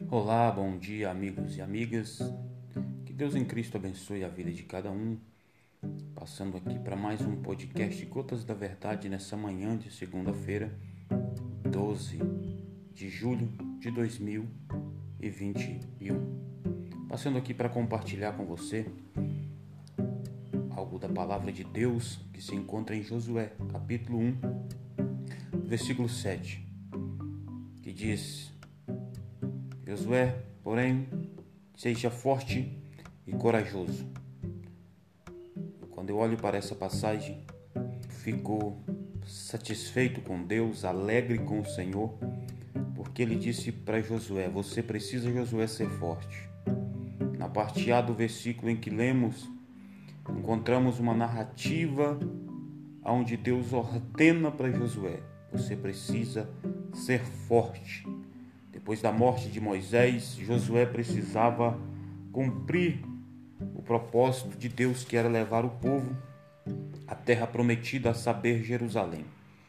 Olá, bom dia, amigos e amigas. Que Deus em Cristo abençoe a vida de cada um. Passando aqui para mais um podcast Gotas da Verdade nessa manhã de segunda-feira, 12 de julho de 2021. Passando aqui para compartilhar com você algo da palavra de Deus que se encontra em Josué, capítulo 1, versículo 7, que diz: Josué, porém, seja forte e corajoso. Quando eu olho para essa passagem, fico satisfeito com Deus, alegre com o Senhor, porque ele disse para Josué: você precisa, Josué, ser forte. Na parte A do versículo em que lemos, encontramos uma narrativa onde Deus ordena para Josué: você precisa ser forte. Depois da morte de Moisés, Josué precisava cumprir o propósito de Deus, que era levar o povo à terra prometida, a saber, Jerusalém.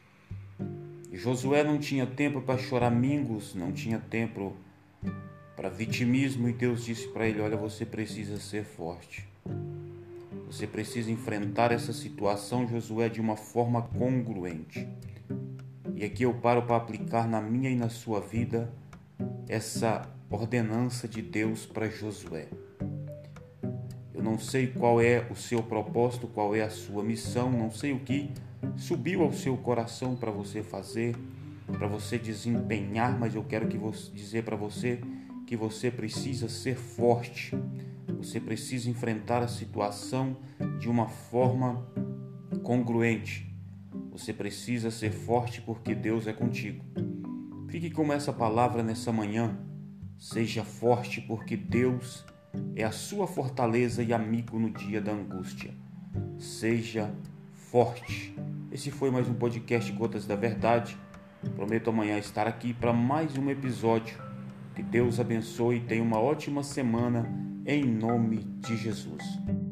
E Josué não tinha tempo para choramingos, não tinha tempo para vitimismo, e Deus disse para ele: olha, você precisa ser forte. Você precisa enfrentar essa situação, Josué, de uma forma congruente. E aqui eu paro para aplicar na minha e na sua vida essa ordenança de Deus para Josué. Eu não sei qual é o seu propósito, qual é a sua missão, não sei o que subiu ao seu coração para você fazer, para você desempenhar, mas eu quero dizer para você que você precisa ser forte. Você precisa enfrentar a situação de uma forma congruente. Você precisa ser forte porque Deus é contigo. Fique com essa palavra nessa manhã. Seja forte porque Deus é a sua fortaleza e amigo no dia da angústia. Seja forte. Esse foi mais um podcast Gotas da Verdade. Prometo amanhã estar aqui para mais um episódio. Que Deus abençoe e tenha uma ótima semana em nome de Jesus.